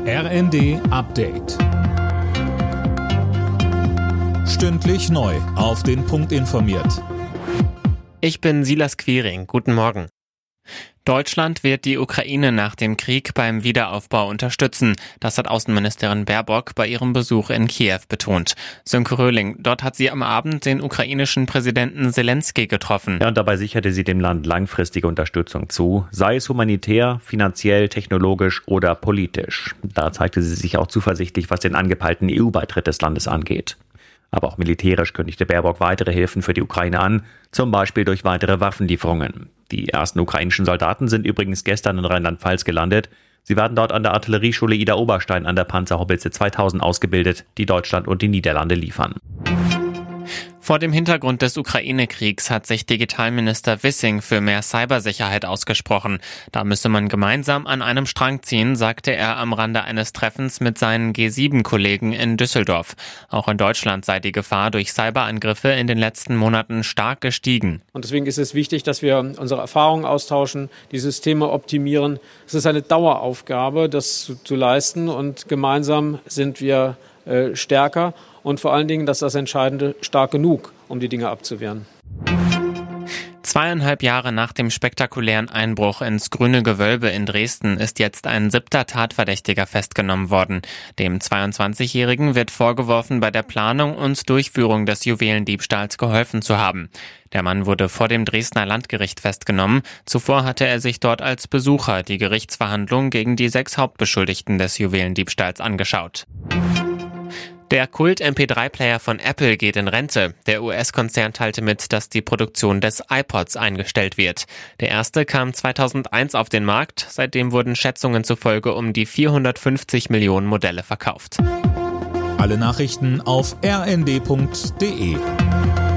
RND Update. Stündlich neu auf den Punkt informiert. Ich bin Silas Quiring. Guten Morgen. Deutschland wird die Ukraine nach dem Krieg beim Wiederaufbau unterstützen. Das hat Außenministerin Baerbock bei ihrem Besuch in Kiew betont. Sönke Röhling, dort hat sie am Abend den ukrainischen Präsidenten Zelensky getroffen. Ja, und dabei sicherte sie dem Land langfristige Unterstützung zu, sei es humanitär, finanziell, technologisch oder politisch. Da zeigte sie sich auch zuversichtlich, was den angepeilten EU-Beitritt des Landes angeht. Aber auch militärisch kündigte Baerbock weitere Hilfen für die Ukraine an, zum Beispiel durch weitere Waffenlieferungen. Die ersten ukrainischen Soldaten sind übrigens gestern in Rheinland-Pfalz gelandet. Sie werden dort an der Artillerieschule Ida Oberstein an der Panzerhaubitze 2000 ausgebildet, die Deutschland und die Niederlande liefern. Vor dem Hintergrund des Ukraine-Kriegs hat sich Digitalminister Wissing für mehr Cybersicherheit ausgesprochen. Da müsse man gemeinsam an einem Strang ziehen, sagte er am Rande eines Treffens mit seinen G7-Kollegen in Düsseldorf. Auch in Deutschland sei die Gefahr durch Cyberangriffe in den letzten Monaten stark gestiegen. Und deswegen ist es wichtig, dass wir unsere Erfahrungen austauschen, die Systeme optimieren. Es ist eine Daueraufgabe, das zu leisten, und gemeinsam sind wir stärker. Und vor allen Dingen, dass das Entscheidende stark genug, um die Dinge abzuwehren. 2,5 Jahre nach dem spektakulären Einbruch ins Grüne Gewölbe in Dresden ist jetzt ein 7. Tatverdächtiger festgenommen worden. Dem 22-Jährigen wird vorgeworfen, bei der Planung und Durchführung des Juwelendiebstahls geholfen zu haben. Der Mann wurde vor dem Dresdner Landgericht festgenommen. Zuvor hatte er sich dort als Besucher die Gerichtsverhandlung gegen die 6 Hauptbeschuldigten des Juwelendiebstahls angeschaut. Der Kult-MP3-Player von Apple geht in Rente. Der US-Konzern teilte mit, dass die Produktion des iPods eingestellt wird. Der erste kam 2001 auf den Markt. Seitdem wurden Schätzungen zufolge um die 450 Millionen Modelle verkauft. Alle Nachrichten auf rnd.de.